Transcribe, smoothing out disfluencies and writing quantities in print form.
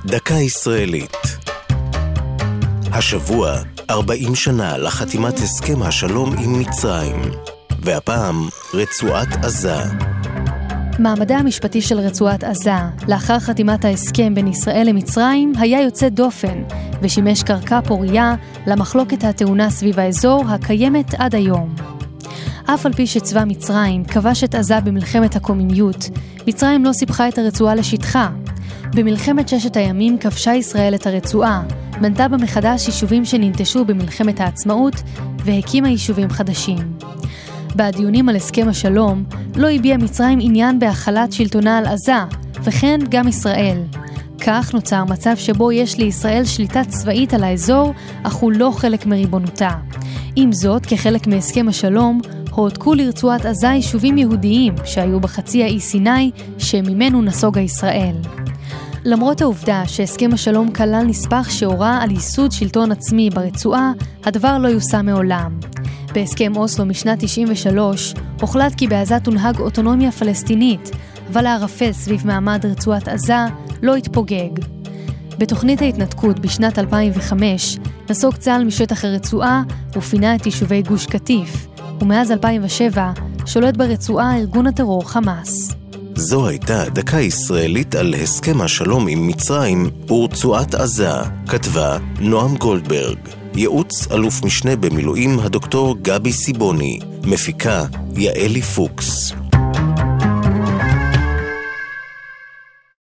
דקה ישראלית. השבוע 40 שנה לחתימת הסכם השלום עם מצרים, והפעם רצועת עזה. מעמדה המשפטי של רצועת עזה לאחר חתימת ההסכם בין ישראל למצרים היה יוצא דופן ושימש קרקע פוריה למחלוקת הטעונה סביב האזור הקיימת עד היום. אף על פי שצבא מצרים כבש את עזה במלחמת הקוממיות, מצרים לא סיפחה את הרצועה לשטחה. במלחמת ששת הימים כבשה ישראל את הרצועה, בנתה בה מחדש יישובים שננטשו במלחמת העצמאות והקימה יישובים חדשים. בדיונים על הסכם השלום לא הביע מצרים עניין בהחלת שלטונה על עזה, וכן גם ישראל. כך נוצר מצב שבו יש לישראל שליטה צבאית על האזור, אך הוא לא חלק מריבונותה. עם זאת, כחלק מהסכם השלום, הועתקו לרצועת עזה יישובים יהודיים שהיו בחצי האי סיני, שממנו נסוגה ישראל. למרות העובדה שהסכם השלום כלל נספח שהורה על ייסוד שלטון עצמי ברצועה, הדבר לא יושם מעולם. בהסכם אוסלו משנת 93 הוחלט כי בעזה תונהג אוטונומיה פלסטינית, אבל הערפל סביב מעמד רצועת עזה לא התפוגג. בתוכנית ההתנתקות בשנת 2005 נסוג צה"ל משטח הרצועה ופינה את יישובי גוש קטיף, ומאז 2007 שולט ברצועה ארגון הטרור חמאס. זו הייתה דקה ישראלית על הסכם השלום עם מצרים ורצועת עזה. כתבה נועם גולדברג. ייעוץ אלוף משנה במילואים הדוקטור גבי סיבוני. מפיקה יעלי פוקס.